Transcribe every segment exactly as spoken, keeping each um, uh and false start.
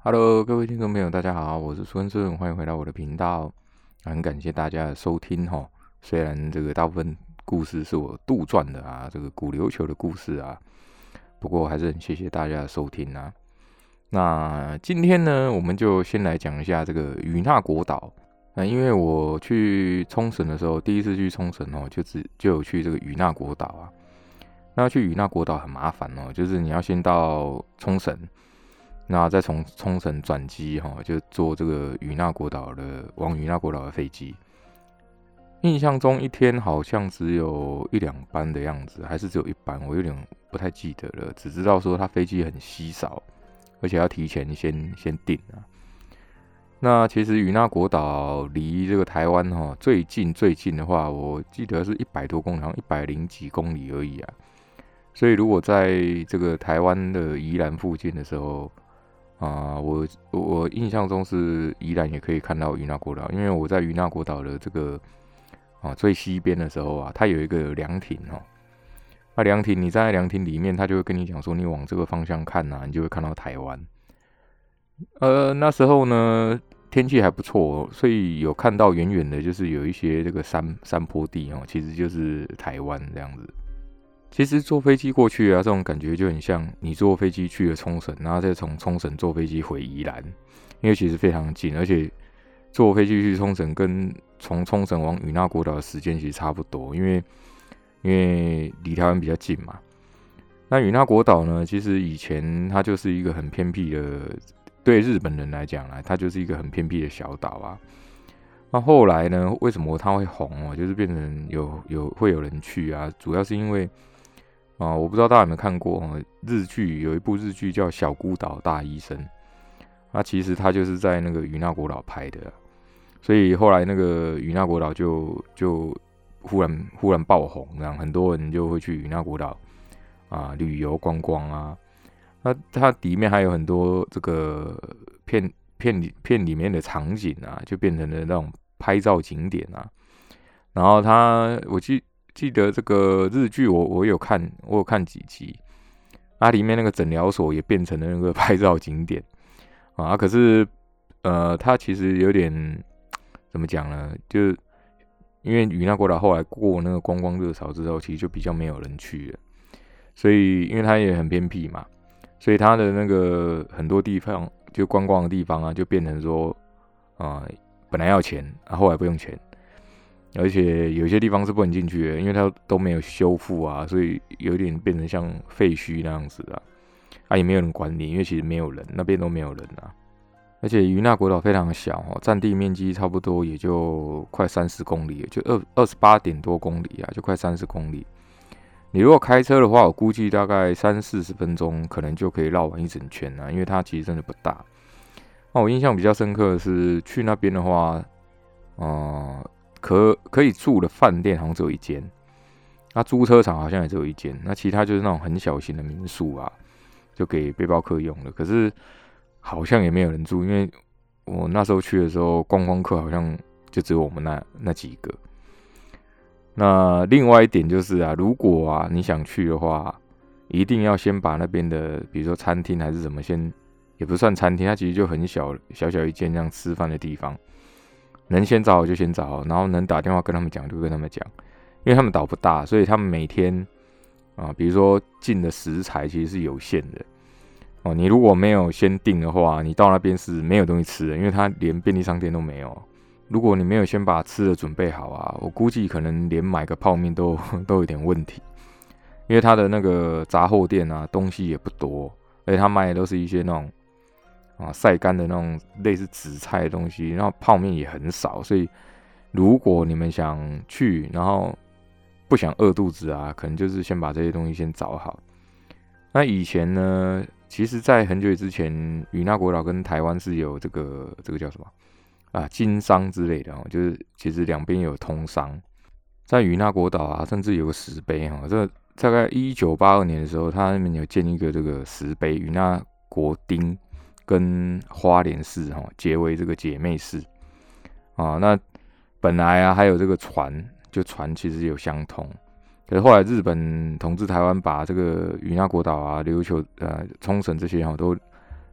Hello，各位听众朋友，大家好，我是孙顺，欢迎回到我的频道。很感谢大家的收听哈。虽然这个大部分故事是我杜撰的啊，这个古琉球的故事啊，不过还是很谢谢大家的收听啊。那今天呢，我们就先来讲一下这个与那国岛。那因为我去冲绳的时候，第一次去冲绳哦，就只就有去这个与那国岛啊。那去与那国岛很麻烦哦，就是你要先到冲绳。那再从冲绳转机哈，就坐这个与那国岛的往与那国岛的飞机。印象中一天好像只有一两班的样子，还是只有一班，我有点不太记得了。只知道说它飞机很稀少，而且要提前先先订啊。那其实与那国岛离这个台湾哈最近最近的话，我记得是一百多公里，好像一百零几公里而已啊。所以如果在这个台湾的宜兰附近的时候，啊、呃，我我印象中是宜兰也可以看到与那国岛，因为我在与那国岛的这个啊最西边的时候啊，它有一个凉亭哦。那凉亭你站在凉亭里面，它就会跟你讲说，你往这个方向看啊，你就会看到台湾。呃，那时候呢天气还不错，所以有看到远远的，就是有一些这个山山坡地哦，其实就是台湾这样子。其实坐飞机过去啊，这种感觉就很像你坐飞机去了冲绳，然后再从冲绳坐飞机回宜兰，因为其实非常近，而且坐飞机去冲绳跟从冲绳往与那国岛的时间其实差不多，因为因为离台湾比较近嘛。那与那国岛呢，其实以前它就是一个很偏僻的，对日本人来讲啊，它就是一个很偏僻的小岛啊。那后来呢，为什么它会红哦？就是变成有有会有人去啊，主要是因为。啊、呃，我不知道大家有没有看过哦，日剧有一部日剧叫《小孤岛大医生》，那其实他就是在那个与那国岛拍的，所以后来那个与那国岛就就忽然忽然爆红，这样很多人就会去与那国岛啊旅游观光啊。那它里面还有很多这个片片里片里面的场景啊，就变成了那种拍照景点啊。然后他我记。记得这个日剧我我有看，我有看几集，啊，里面那个诊疗所也变成了那个拍照景点啊。可是呃，它其实有点怎么讲呢？就是因为与那国岛后来过那个观光热潮之后，其实就比较没有人去了。所以因为它也很偏僻嘛，所以它的那个很多地方就观光的地方啊，就变成说啊、呃，本来要钱啊，后来不用钱。而且有些地方是不能进去的，因为它都没有修复啊，所以有点变成像废墟那样子啊，啊也没有人管理，因为其实没有人，那边都没有人啊。而且与那国岛非常小哦，占地面积差不多也就快三十公里，就二二十八点多公里啊，就快三十公里。你如果开车的话，我估计大概三四十分钟，可能就可以绕完一整圈啊，因为它其实真的不大。那我印象比较深刻的是去那边的话，呃。可可以住的饭店好像只有一间，那租车场好像也只有一间，那其他就是那种很小型的民宿啊，就给背包客用的。可是好像也没有人住，因为我那时候去的时候，观光客好像就只有我们那那几个。那另外一点就是啊，如果啊你想去的话，一定要先把那边的，比如说餐厅还是什么，先也不算餐厅，它其实就很小小小一间这样吃饭的地方。能先找好就先找好，然后能打电话跟他们讲就跟他们讲，因为他们岛不大，所以他们每天啊，比如说进的食材其实是有限的哦。你如果没有先订的话，你到那边是没有东西吃的，因为他连便利商店都没有。如果你没有先把吃的准备好啊，我估计可能连买个泡面都都有点问题，因为他的那个杂货店啊，东西也不多，而且他卖的都是一些那种。啊，晒干的那种类似紫菜的东西，然后泡面也很少，所以如果你们想去，然后不想饿肚子啊，可能就是先把这些东西先找好。那以前呢，其实在很久之前，与那国岛跟台湾是有这个这个叫什么啊经商之类的哦，就是其实两边有通商。在与那国岛啊，甚至有个石碑哈，这大概一九八二年的时候，他那边有建一个这个石碑，与那国町。跟花莲市哈结为这个姐妹市啊，那本来啊还有这个船，就船其实有相通，可是后来日本统治台湾，把这个与那国岛啊、琉球、呃冲绳这些哈都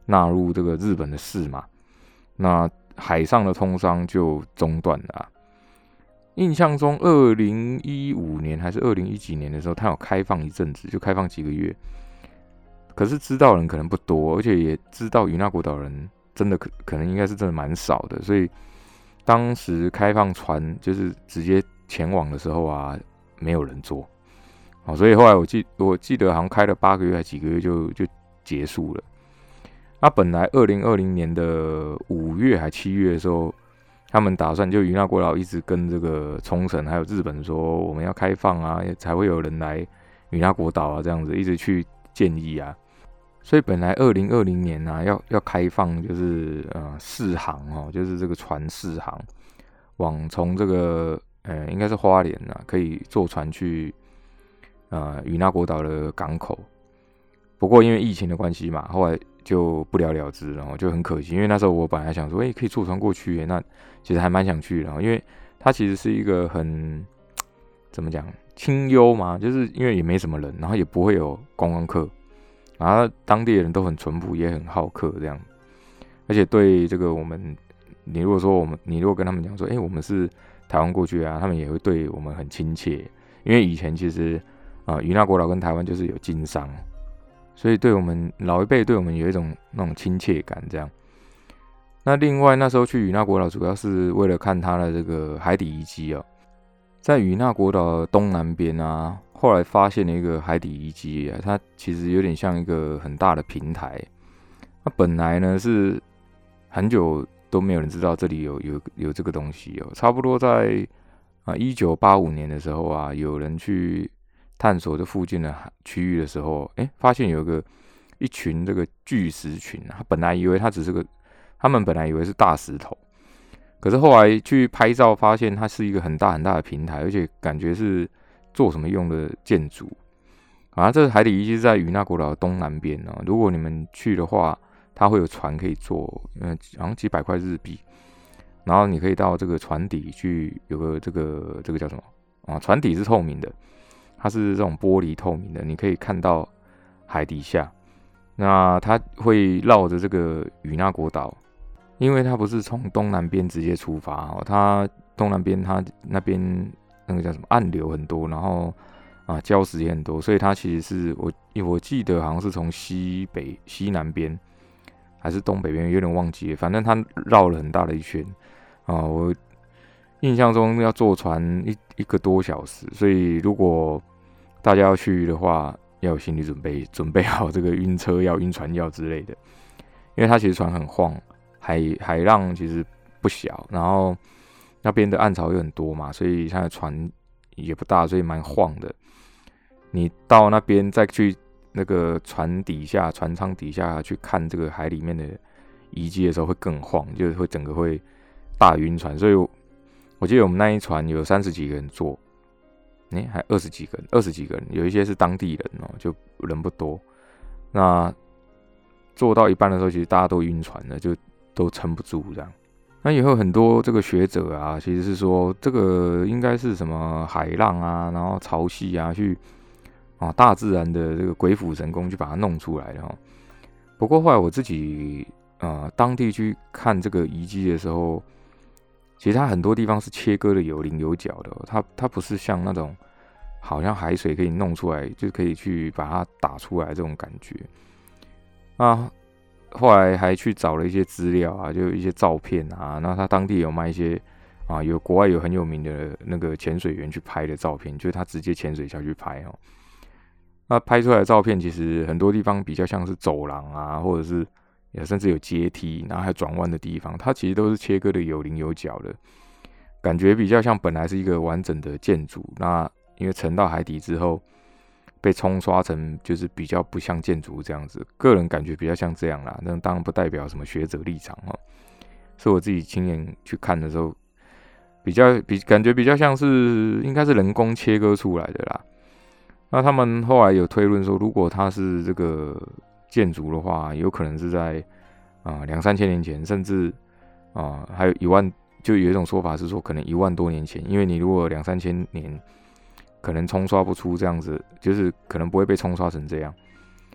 纳入这个日本的市嘛，那海上的通商就中断了啊。印象中，二零一五年还是二零一几年的时候，它有开放一阵子，就开放几个月。可是知道的人可能不多，而且也知道与那国岛人真的可可能应该是真的蛮少的，所以当时开放船就是直接前往的时候啊，没有人坐。好，所以后来我记我记得好像开了八个月还几个月就就结束了。那本来二零二零年的五月还七月的时候，他们打算就与那国岛一直跟这个冲绳还有日本说我们要开放啊，才会有人来与那国岛啊，这样子一直去建议啊。所以本来二零二零年啊要要开放就是呃试航哦，就是这个船试航，往从这个呃应该是花莲啊，可以坐船去呃与那国岛的港口。不过因为疫情的关系嘛，后来就不了了之，然后就很可惜。因为那时候我本来想说，哎、欸，可以坐船过去耶，那其实还蛮想去的，因为它其实是一个很怎么讲清幽嘛，就是因为也没什么人，然后也不会有观光客。然后当地的人都很淳朴，也很好客这样，而且对这个我们，你如果说我们，你如果跟他们讲说，哎、欸，我们是台湾过去啊，他们也会对我们很亲切，因为以前其实啊，与那国岛跟台湾就是有经商，所以对我们老一辈对我们有一种那种亲切感这样。那另外那时候去与那国岛，主要是为了看它的这个海底遗迹哦，在与那国岛的东南边啊。后来发现了一个海底遗迹啊，它其实有点像一个很大的平台。那本来呢是很久都没有人知道这里有有有这个东西哦。差不多在啊一九八五年的时候啊，有人去探索这附近的区域的时候，哎、欸，发现有一个一群这个巨石群啊。他本来以为它只是个，他们本来以为是大石头，可是后来去拍照发现它是一个很大很大的平台，而且感觉是做什么用的建筑啊？这个海底遗迹是在与那国岛的东南边哦。如果你们去的话，它会有船可以坐，呃，好像几百块日币，然后你可以到这个船底去，有个这个这个叫什么啊？船底是透明的，它是这种玻璃透明的，你可以看到海底下。那它会绕着这个与那国岛，因为它不是从东南边直接出发哦，它东南边它那边。那个叫什么暗流很多，然后啊礁石也很多，所以它其实是我我记得好像是从西北西南边还是东北边，有点忘记了，反正它绕了很大的一圈啊。我印象中要坐船一一个多小时，所以如果大家要去的话，要有心理准备，准备好这个晕车药、晕船药之类的，因为它其实船很晃，海海浪其实不小，然后。那边的岸潮又很多嘛，所以它的船也不大，所以蛮晃的。你到那边再去那个船底下、船舱底下去看这个海里面的遗迹的时候，会更晃，就是会整个会大晕船。所以我，我记得我们那一船有三十几个人坐，哎、欸，还二十几个人，二十几个人，有一些是当地人哦、喔，就人不多。那坐到一半的时候，其实大家都晕船了，就都撑不住这样。那以后很多这个学者啊，其实是说这个应该是什么海浪啊，然后潮汐啊，去啊大自然的这个鬼斧神工去把它弄出来的哈。不过后来我自己呃当地去看这个遗迹的时候，其实它很多地方是切割的有棱有角的、哦，它它不是像那种好像海水可以弄出来，就可以去把它打出来这种感觉啊。后来还去找了一些资料啊，就一些照片啊，那他当地有卖一些啊，有国外有很有名的那个潜水员去拍的照片，就是他直接潜水下去拍哦。那拍出来的照片其实很多地方比较像是走廊啊，或者是甚至有阶梯，然后还有转弯的地方，它其实都是切割的有棱有角的，感觉比较像本来是一个完整的建筑，那因为沉到海底之后。被冲刷成就是比较不像建筑这样子，个人感觉比较像这样啦。那当然不代表什么学者立场哦，是我自己亲眼去看的时候，比较比感觉比较像是应该是人工切割出来的啦。那他们后来有推论说，如果它是这个建筑的话，有可能是在啊两三千年前，甚至啊还有一万，就有一种说法是说可能一万多年前，因为你如果两三千年。可能冲刷不出这样子，就是可能不会被冲刷成这样，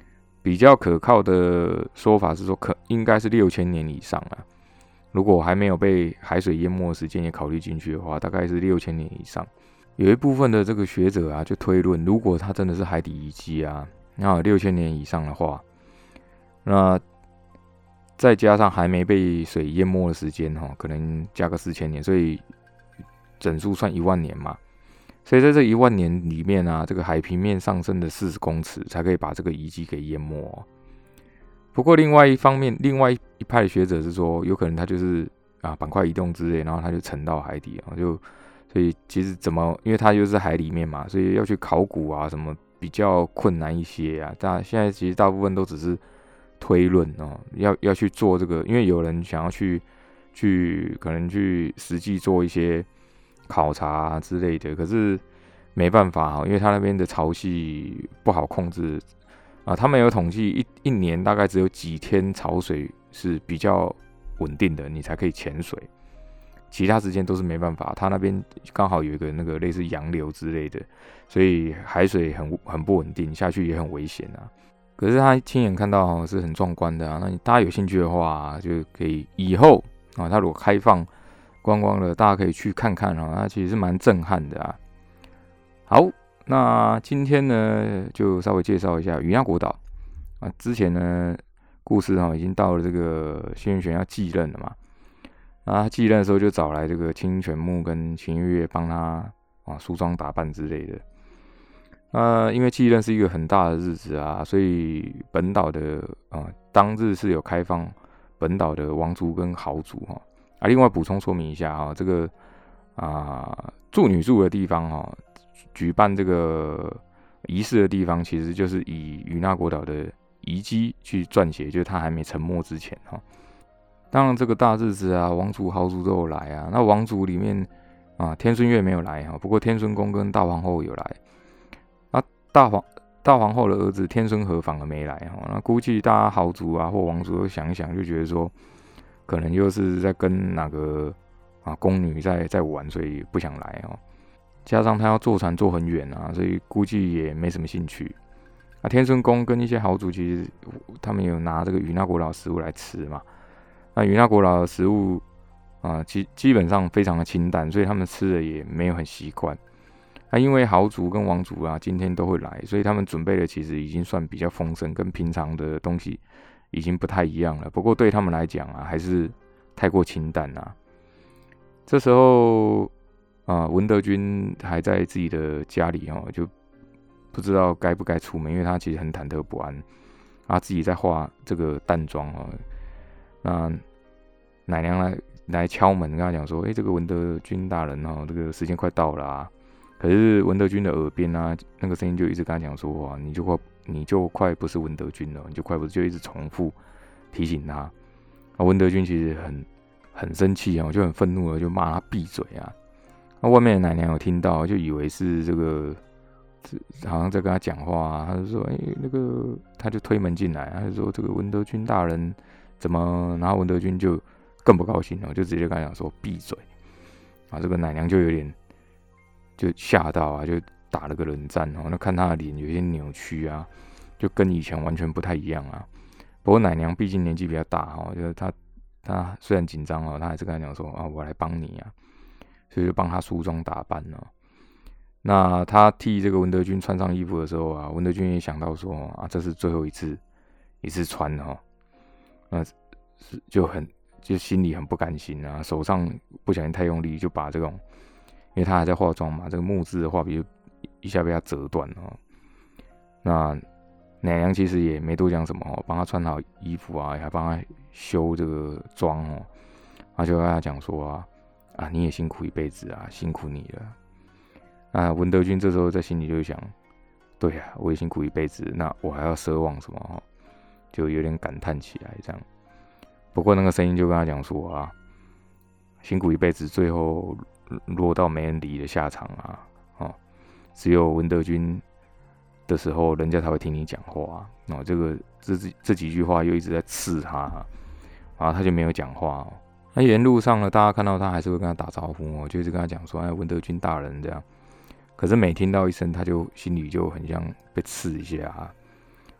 比较可靠的说法是说，可应该是六千年以上啊。如果还没有被海水淹没的时间也考虑进去的话，大概是六千年以上。有一部分的这个学者啊，就推论，如果它真的是海底遗迹啊，那六千年以上的话，那再加上还没被水淹没的时间哈，可能加个四千年，所以整数算一万年嘛。所以在这一万年里面啊，这个海平面上升的四十公尺，才可以把这个遗迹给淹没哦。不过另外一方面，另外一派的学者是说，有可能它就是啊板块移动之类，然后它就沉到海底啊，就所以其实怎么，因为它就是海里面嘛，所以要去考古啊什么比较困难一些啊。但现在其实大部分都只是推论哦，要要去做这个，因为有人想要去去可能去实际做一些考察啊之类的，可是没办法，因为他那边的潮汐不好控制啊。他们有统计一一年大概只有几天潮水是比较稳定的，你才可以潜水，其他时间都是没办法。他那边刚好有一个那个类似洋流之类的，所以海水很很不稳定，下去也很危险啊。可是他亲眼看到是很壮观的啊，那你大家有兴趣的话，就可以以后啊，他如果开放观光了，大家可以去看看啊，那其实是蛮震撼的啊。好，那今天呢，就稍微介绍一下与那国岛啊。之前呢，故事哈已经到了这个谢云泉要继任了嘛，那他继任的时候就找来这个清泉木跟秦月月帮他啊梳妆打扮之类的。那因为继任是一个很大的日子啊，所以本岛的啊当日是有开放本岛的王族跟豪族哈啊。另外补充说明一下哈，这个啊住女住的地方哈，举办这个仪式的地方，其实就是以与那国岛的遗迹去撰写，就是它还没沉没之前哈。当然这个大日子啊，王族豪族都有来啊。那王族里面啊，天孙月没有来哈，不过天孙公跟大皇后有来。大皇大皇后的儿子天孙和反而没来哈，那估计大家豪族啊或王族都想一想，就觉得说，可能又是在跟哪个啊宫女在在玩，所以不想来哦。加上他要坐船坐很远啊，所以估计也没什么兴趣。啊，天孙宫跟一些豪族其实他们有拿这个与那国岛食物来吃嘛，那与那国岛的食物啊，基基本上非常的清淡，所以他们吃的也没有很习惯。那、啊、因为豪族跟王族啊，今天都会来，所以他们准备的其实已经算比较丰盛，跟平常的东西已经不太一样了。不过对他们来讲啊，还是太过清淡啊。这时候啊，文德军还在自己的家里哦，就不知道该不该出门，因为他其实很忐忑不安。啊，自己在画这个淡妆哦。那奶娘来来敲门，跟他讲说：“哎、欸，这个文德军大人哦，这个时间快到了啊。”可是文德军的耳边啊，那个声音就一直跟他讲说：“哇，你就快，你就快不是文德军了，你就快不是，就一直重复提醒他。”啊，文德军其实很很生气啊，就很愤怒了，就骂他闭嘴啊。那外面的奶娘有听到，就以为是这个，好像在跟他讲话啊。他就说：“哎、欸，那个，他就推门进来，他就说这个文德军大人怎么？”然后文德军就更不高兴了，就直接跟他讲说：“闭嘴。”啊，这个奶娘就有点。就吓到啊，就打了个冷战哦。那看他的脸有些扭曲啊，就跟以前完全不太一样啊。不过奶娘毕竟年纪比较大哦，就是他他虽然紧张哦，他还是跟他讲说啊，我来帮你啊，所以就帮他梳妆打扮哦。那他替这个文德军穿上衣服的时候啊，文德军也想到说啊，这是最后一次一次穿哦，那就很就心里很不甘心啊，手上不小心太用力，就把这种。因为他还在化妆嘛，这个木质的画笔就一下被他折断哦。那奶娘其实也没多讲什么哦，帮他穿好衣服啊，还帮他修这个妆哦。他就跟他讲说啊，啊你也辛苦一辈子啊，辛苦你了。那文德军这时候在心里就想，对呀、啊，我也辛苦一辈子，那我还要奢望什么哦？就有点感叹起来这样。不过那个声音就跟他讲说啊，辛苦一辈子，最后。落到没人理的下场啊！哦，只有文德军的时候，人家才会听你讲话啊。哦，这个这这几句话又一直在刺他、啊，然后他就没有讲话哦。那沿路上呢，大家看到他还是会跟他打招呼哦，就一直跟他讲说：“哎，文德军大人这样。”可是每听到一声，他就心里就很像被刺一下啊。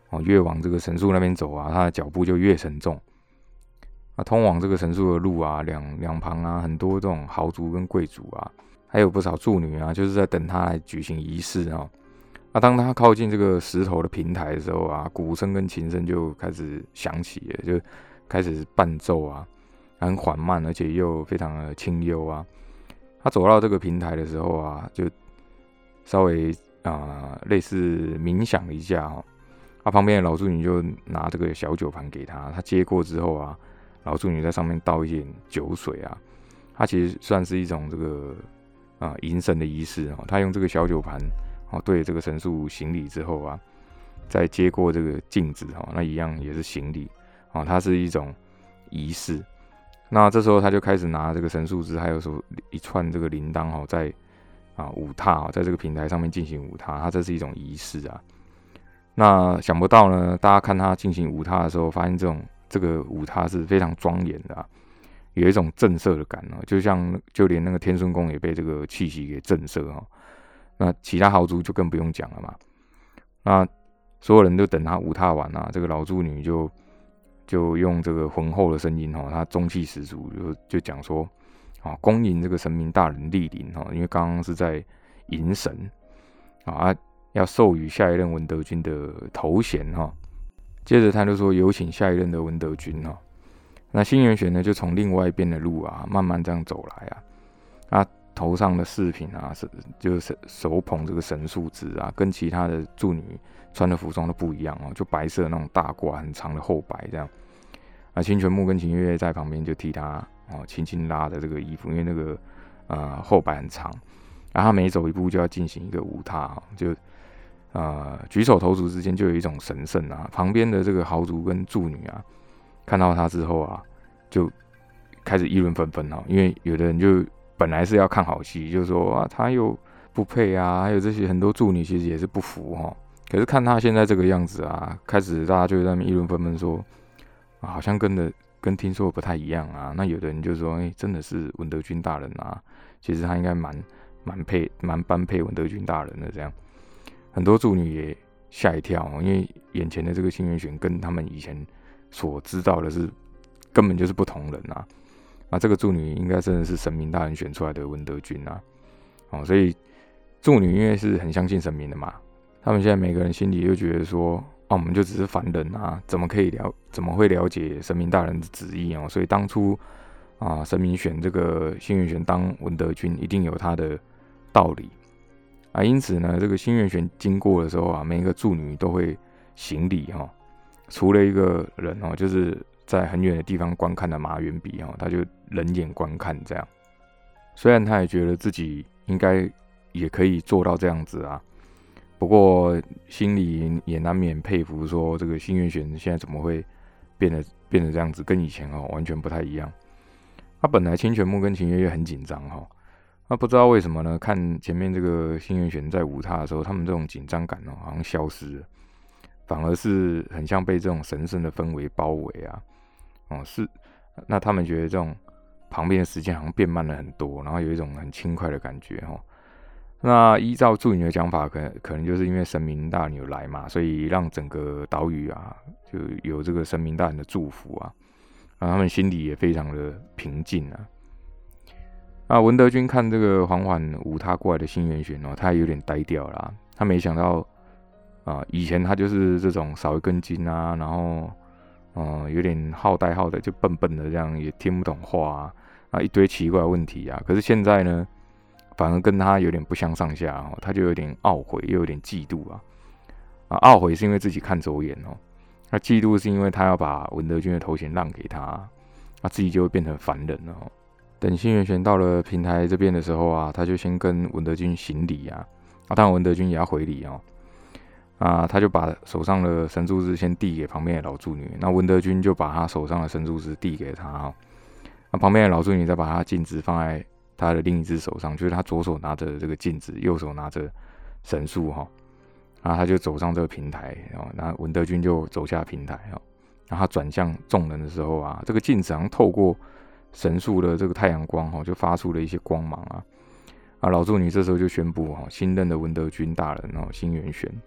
哦，越往这个神树那边走啊，他的脚步就越沉重。那通往这个神树的路啊，两两旁啊，很多这种豪族跟贵族啊，还有不少庶女啊，就是在等他来举行仪式啊。那当他靠近这个石头的平台的时候啊，鼓声跟琴声就开始响起了，就开始伴奏啊，很缓慢，而且又非常的清幽啊。他走到这个平台的时候啊，就稍微啊、呃、类似冥想了一下哦。他、啊、旁边的老妇女就拿这个小酒盘给他，他接过之后啊，老妇女在上面倒一点酒水啊，他其实算是一种这个啊迎神的仪式哦。他用这个小酒盘哦对这个神树行礼之后啊，再接过这个镜子哦，那一样也是行礼哦，它是一种仪式。那这时候他就开始拿这个神树枝，还有说一串这个铃铛哦，在啊舞踏哦，在这个平台上面进行舞踏，它这是一种仪式啊。那想不到呢，大家看他进行舞踏的时候，发现这种这个舞踏是非常庄严的啊，有一种震慑的感哦，就像就连那个天孙宫也被这个气息给震慑哦。那其他豪族就更不用讲了嘛。那所有人都等他舞踏完啊，这个老祝女就就用这个浑厚的声音哦，她中气十足，就就讲说啊，恭迎这个神明大人莅临哦，因为刚刚是在迎神啊。要授予下一任文德君的头衔哈，接着他就说有请下一任的文德君哈。那新元玄呢就从另外一边的路啊慢慢这样走来啊，他头上的饰品啊是就是手捧这个神树枝啊，跟其他的祝女穿的服装都不一样哦，就白色那种大褂很长的厚白这样。啊，清泉木跟秦月月在旁边就替他哦轻轻拉着这个衣服，因为那个呃厚白很长，然后他每走一步就要进行一个舞踏哈，就。呃，举手投足之间就有一种神圣啊！旁边的这个豪族跟祝女啊，看到他之后啊，就开始议论纷纷哦。因为有的人就本来是要看好戏，就说啊，他又不配啊，还有这些很多祝女其实也是不服哈、哦。可是看他现在这个样子啊，开始大家就在那边议论纷纷说，啊，好像跟的跟听说的不太一样啊。那有的人就说，哎、欸，真的是文德君大人啊，其实他应该蛮蛮配蛮般配文德君大人的这样。很多祝女也吓一跳，因为眼前的这个新元玄跟他们以前所知道的是根本就是不同人啊！啊，这个祝女应该真的是神明大人选出来的文德君啊！哦，所以祝女因为是很相信神明的嘛，他们现在每个人心里又觉得说，哦，我们就只是凡人啊，怎么可以了，怎么会了解神明大人的旨意哦？所以当初啊，神明选这个新元玄当文德君，一定有他的道理。啊，因此呢，这个新元玄经过的时候啊，每一个祝女都会行礼哈、哦。除了一个人哦，就是在很远的地方观看的马远比哦，他就冷眼观看这样。虽然他也觉得自己应该也可以做到这样子啊，不过心里也难免佩服说，这个新元玄现在怎么会变得变得这样子，跟以前哦完全不太一样。他本来清泉木跟秦月月很紧张哈、哦。那、啊、不知道为什么呢？看前面这个新元玄在舞踏的时候，他们这种紧张感哦，好像消失了，反而是很像被这种神圣的氛围包围啊。哦，是，那他们觉得这种旁边的时间好像变慢了很多，然后有一种很轻快的感觉哦。那依照祝女的讲法，可能可能就是因为神明大人有来嘛，所以让整个岛屿啊就有这个神明大人的祝福啊，然后他们心里也非常的平静啊。啊，文德君看这个缓缓舞踏过来的新元玄哦，他也有点呆掉啦。他没想到啊，以前他就是这种少一根筋啊，然后嗯、呃，有点好呆好的，就笨笨的这样，也听不懂话啊，啊一堆奇怪的问题啊。可是现在呢，反而跟他有点不相上下哦，他就有点懊悔，又有点嫉妒啊。啊，懊悔是因为自己看走眼哦，那嫉妒是因为他要把文德君的头衔让给他，他自己就会变成凡人了哦。等新元玄到了平台这边的时候啊，他就先跟文德君行礼啊，啊，当然文德君也要回礼哦，啊，他就把手上的神柱枝先递给旁边的老祝女，那文德君就把他手上的神柱枝递给他哦，那旁边的老祝女再把他镜子放在他的另一只手上，就是他左手拿着这个镜子，右手拿着神树哈，然后他就走上这个平台，哦，那文德君就走下平台哦，然后他转向众人的时候啊，这个镜子好像透过神树的这个太阳光就发出了一些光芒啊，啊，老祝女这时候就宣布新任的文德君大人新元玄，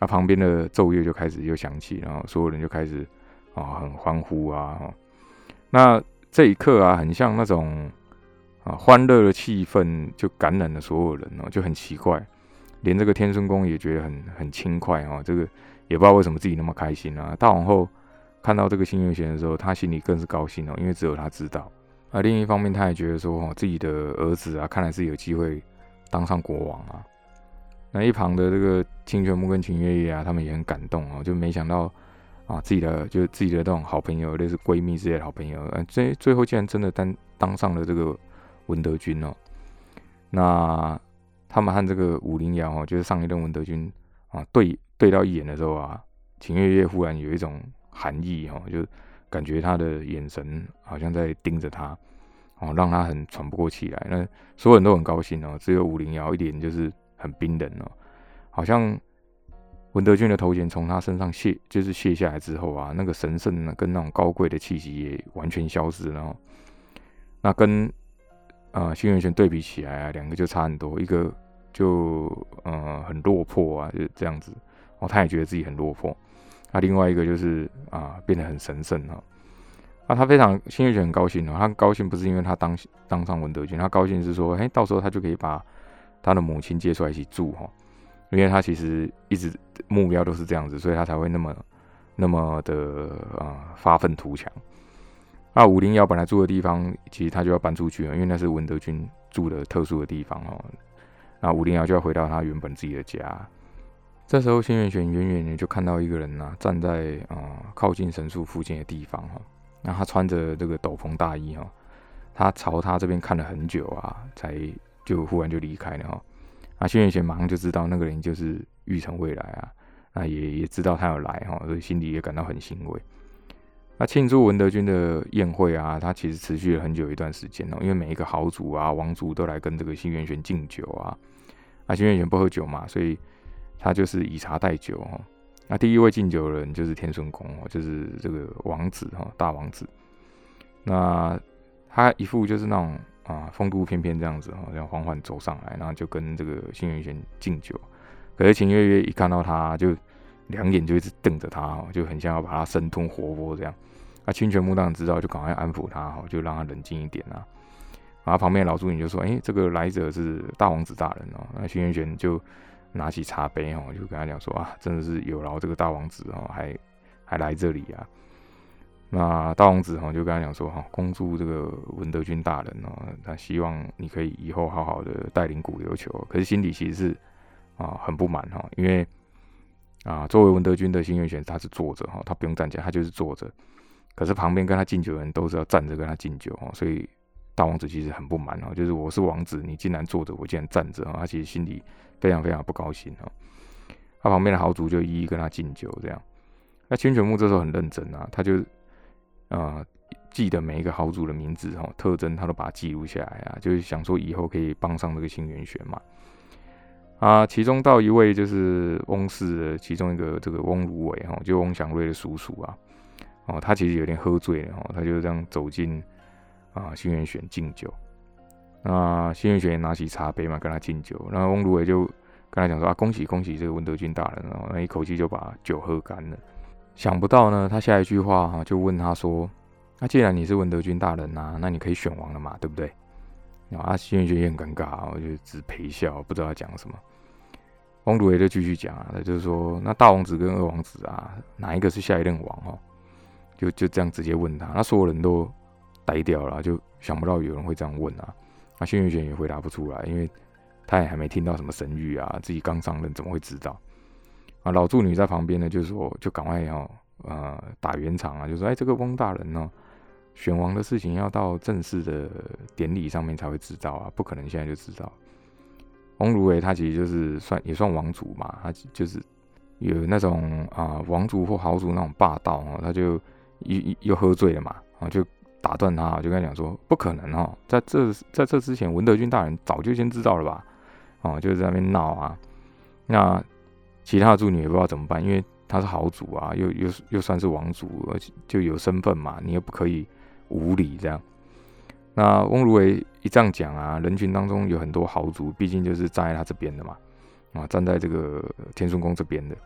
那旁边的奏乐就开始又响起，然后所有人就开始啊很欢呼啊。那这一刻啊，很像那种啊欢乐的气氛就感染了所有人哦，就很奇怪，连这个天孙宫也觉得很很轻快哦，这个也不知道为什么自己那么开心啊。大皇后看到这个新月玄的时候，她心里更是高兴哦，因为只有她知道。而另一方面，她也觉得说哦，自己的儿子啊，看来是有机会当上国王啊。那一旁的这个清泉木跟秦月夜啊，他们也很感动哦，就没想到啊，自己的就自己的这种好朋友，类似闺蜜之类的好朋友，呃，最最后竟然真的当当上了这个文德君哦。那他们和这个武陵瑶哦，就是上一任文德君啊，对对到一眼的时候啊，秦月夜忽然有一种寒意哦，就感觉他的眼神好像在盯着他哦，让他很喘不过气来。那所有人都很高兴哦，只有武陵瑶一脸就是很冰冷哦，好像文德君的头衔从他身上卸，就是卸下来之后啊，那个神圣跟那种高贵的气息也完全消失了哦。那跟呃新元玄对比起来啊，两个就差很多，一个就呃很落魄啊，就这样子哦，他也觉得自己很落魄。那、啊、另外一个就是啊变得很神圣哦。啊，他非常新月玄很高兴哦，他高兴不是因为他当当上文德君，他高兴是说，哎，到时候他就可以把他的母亲接出来一起住哈、哦，因为他其实一直目标都是这样子，所以他才会那么那么的呃发愤图强。那武陵瑶本来住的地方，其实他就要搬出去了，因为那是文德君住的特殊的地方哦。那武陵瑶就要回到他原本自己的家。这时候新月玄远远的就看到一个人啊，站在呃靠近神树附近的地方哈、哦。那他穿着这个斗篷大衣哈、哦，他朝他这边看了很久啊，才就忽然就离开了哈、哦。那新月玄马上就知道那个人就是玉成未来啊，那也也知道他有来哈、哦，所以心里也感到很欣慰。那庆祝文德君的宴会啊，它其实持续了很久一段时间哦，因为每一个豪族啊、王族都来跟这个新元玄敬酒啊。那新元玄不喝酒嘛，所以他就是以茶代酒哦。那第一位敬酒的人就是天孙宫哦，就是这个王子哈，大王子。那他一副就是那种啊风度翩翩这样子哈，这样缓缓走上来，然后就跟这个新元玄敬酒。可是秦月月一看到他就两眼就一直瞪着他，就很像要把他生吞活剥这样。那清泉木当然知道，就赶快安抚他，就让他冷静一点啊。然后旁边的老朱女就说：“哎、欸，这个来者是大王子大人哦。”那新元玄就拿起茶杯哦，就跟他讲说：“啊，真的是有劳这个大王子哦，还还来这里啊。”那大王子哦就跟他讲说：“哈，恭祝这个文德君大人哦，他希望你可以以后好好的带领古琉球。”可是心里其实是啊很不满哈，因为啊作为文德君的新元玄他是坐着哈，他不用站起来，他就是坐着。可是旁边跟他敬酒的人都是要站着跟他敬酒哦，所以大王子其实很不满哦，就是我是王子，你竟然坐着，我竟然站着哦，他其实心里非常非常不高兴哦。他旁边的豪族就一一跟他敬酒，这样。那清泉木这时候很认真啊，他就呃记得每一个豪族的名字哦、特征，他都把它记录下来啊，就是想说以后可以帮上这个新元玄嘛。啊，其中到一位就是翁氏的其中一个这个翁如伟哈，就翁祥瑞的叔叔啊。哦，他其实有点喝醉了哦，他就这样走进啊新元玄敬酒。那新元玄也拿起茶杯嘛，跟他敬酒。然后翁如伟就跟他讲说啊，恭喜恭喜这个文德君大人哦，那一口气就把酒喝干了。想不到呢，他下一句话哈、啊、就问他说，那、啊、既然你是文德君大人啊，那你可以选王了嘛，对不对？啊，新元玄也很尴尬，我就只陪笑，不知道他讲什么。翁如伟就继续讲啊，他就是说，那大王子跟二王子啊，哪一个是下一任王哦？就就这样直接问他，那所有人都呆掉了，就想不到有人会这样问啊。那新元玄也回答不出来，因为他也还没听到什么神谕啊，自己刚上任怎么会知道？啊，老助女在旁边呢，就说就赶快要、哦、呃打圆场啊，就说哎，这个翁大人呢、哦，选王的事情要到正式的典礼上面才会知道啊，不可能现在就知道。翁如伟他其实就是算也算王族嘛，他就是有那种啊、呃、王族或豪族那种霸道哦，他就。又又喝醉了嘛，啊，就打断他，就跟他讲说，不可能哦，在这在这之前，文德君大人早就先知道了吧，哦，就在那边闹啊。那其他的助女也不知道怎么办，因为他是豪族啊，又又又算是王族，而且就有身份嘛，你又不可以无礼这样。那翁如伟一这样讲啊，人群当中有很多豪族，毕竟就是站在他这边的嘛，啊，站在这个天孙宫这边的。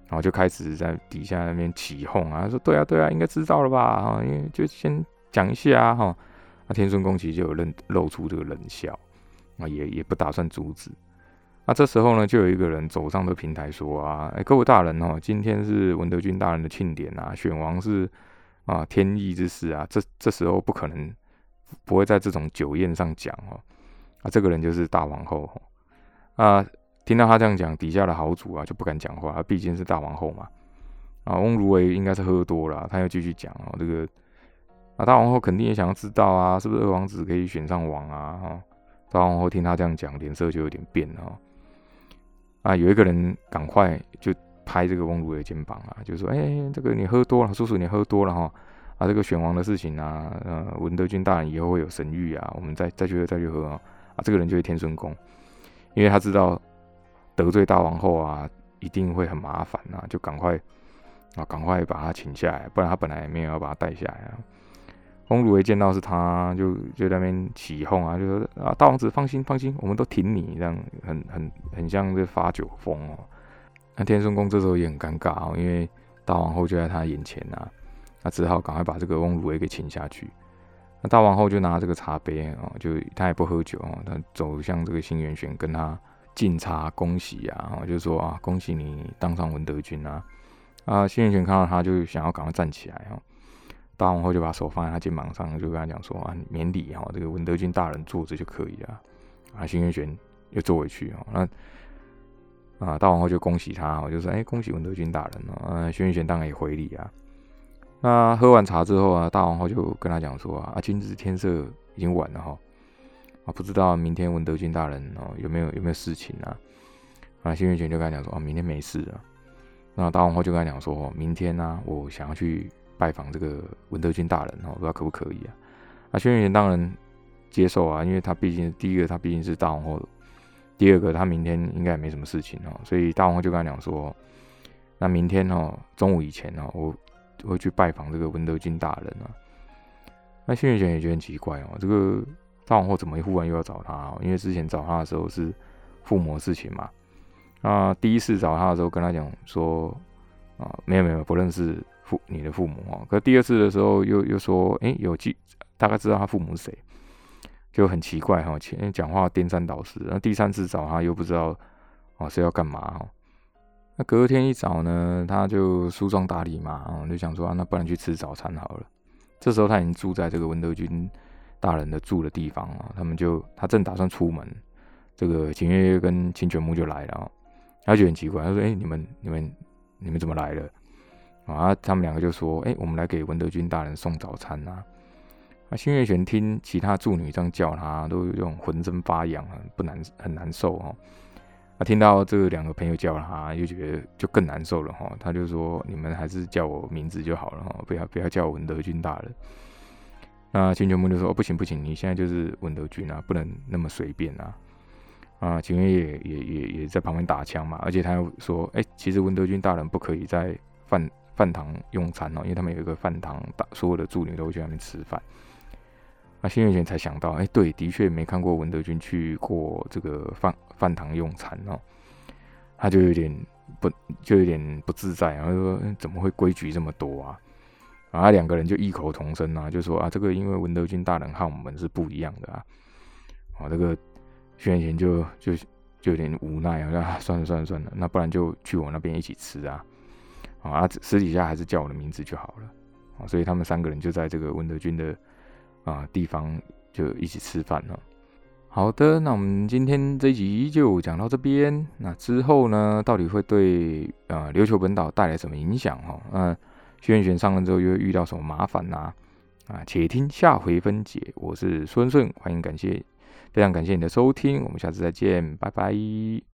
然后就开始在底下那边起哄啊，说对啊对啊，应该知道了吧？哈，因为就先讲一下啊，哈。那天孙公其实就有露露出这个冷笑啊，也也不打算阻止。那这时候呢，就有一个人走上这个平台说啊，哎，各位大人哦，今天是文德军大人的庆典啊，选王是啊天意之事啊，这这时候不可能不会在这种酒宴上讲哦。啊，这个人就是大王后哦。啊，听到他这样讲，底下的豪主啊就不敢讲话，毕竟是大王后嘛。啊，翁如为应该是喝多了，他又继续讲哦，这个啊大王后肯定也想要知道啊，是不是二王子可以选上王啊？哈，大王后听他这样讲，脸色就有点变了哦。啊，有一个人赶快就拍这个翁如为的肩膀啊，就说：“哎、欸，这个你喝多了，叔叔你喝多了哈。啊，这个选王的事情啊，呃，文德军大人以后会有神谕啊，我们再再去喝再去喝啊。啊，这个人就是天孙公。”因为他知道得罪大王后啊，一定会很麻烦啊，就赶快啊，赶快把他请下来，不然他本来也没有要把他带下来啊。翁如为见到是他，就就在那边起哄啊，就说啊，大王子放心放心，我们都挺你，这样很很很像这发酒疯哦。那天孙公这时候也很尴尬哦，因为大王后就在他眼前啊，他只好赶快把这个翁如为给请下去。那大王后就拿这个茶杯哦，就他也不喝酒哦，他走向这个辛元玄，跟他敬茶恭喜啊，就说啊，恭喜你当上文德君啊！啊，辛元玄看到他就想要赶快站起来哦，大王后就把手放在他肩膀上，就跟他讲说啊，免礼哈，这个文德君大人坐着就可以了。啊，辛元玄又坐回去哦，那啊大王后就恭喜他，我就说哎，恭喜文德君大人哦，啊，辛元玄当然也回礼啊。那喝完茶之后啊，大王后就跟他讲说啊，今日天色已经晚了哈，啊，不知道明天文德君大人哦有没有有没有事情啊？啊，辛元玄就跟他讲说啊，明天没事了。那大王后就跟他讲说，明天呢、啊，我想要去拜访这个文德君大人哦，不知道可不可以啊？那辛元玄当然接受啊，因为他毕竟第一个他毕竟是大王后，第二个他明天应该也没什么事情哦，所以大王后就跟他讲说，那明天哦中午以前哦我。会去拜访这个文德君大人啊，那辛元玄也觉得很奇怪哦，这个大王后怎么忽然又要找他、哦？因为之前找他的时候是父母的事情嘛。那第一次找他的时候跟他讲说啊，没有没有不认识父你的父母哦。可第二次的时候又又说，哎、欸，有记大概知道他父母是谁，就很奇怪哈、哦，前讲话颠三倒四。那第三次找他又不知道哦是要干嘛哦。那隔天一早呢，他就梳妆打理嘛，哦、就想说、啊，那不然去吃早餐好了。这时候他已经住在这个文德君大人的住的地方啊，他们就他正打算出门，这个秦月月跟秦全木就来了、哦，他觉得很奇怪，他说：“哎、欸，你们你们你们怎么来了？”啊，他们两个就说：“哎、欸，我们来给文德君大人送早餐啊。”那辛月玄听其他助女这样叫他，都有这种浑身发痒，很不难很难受哦。他听到这两个朋友叫他，就觉得就更难受了哈。他就说：“你们还是叫我名字就好了哈，不要不要叫我文德君大人。”那秦全木就说：“哦，不行不行，你现在就是文德君啊，不能那么随便啊。”啊，秦月也也也也在旁边打枪嘛，而且他又说：“哎、欸，其实文德君大人不可以在饭饭堂用餐哦，因为他们有一个饭堂，所有的助女都会去那边吃饭。”那辛元玄才想到，哎、欸，对，的确没看过文德君去过这个饭饭堂用餐哦，他就有点不就有点不自在，然后说、欸、怎么会规矩这么多啊？然后两个人就异口同声啊，就说啊，这个因为文德君大人和我们是不一样的啊。啊，这个辛元玄就就就有点无奈啊，算了算了算了，那不然就去我那边一起吃啊。啊，私底下还是叫我的名字就好了。啊，所以他们三个人就在这个文德君的。啊，地方就一起吃饭了。好的，那我们今天这一集就讲到这边。那之后呢，到底会对呃琉球本岛带来什么影响？哈，嗯，轩辕玄上任之后又会遇到什么麻烦呐、啊？啊，且听下回分解。我是孙顺，欢迎感谢，非常感谢你的收听，我们下次再见，拜拜。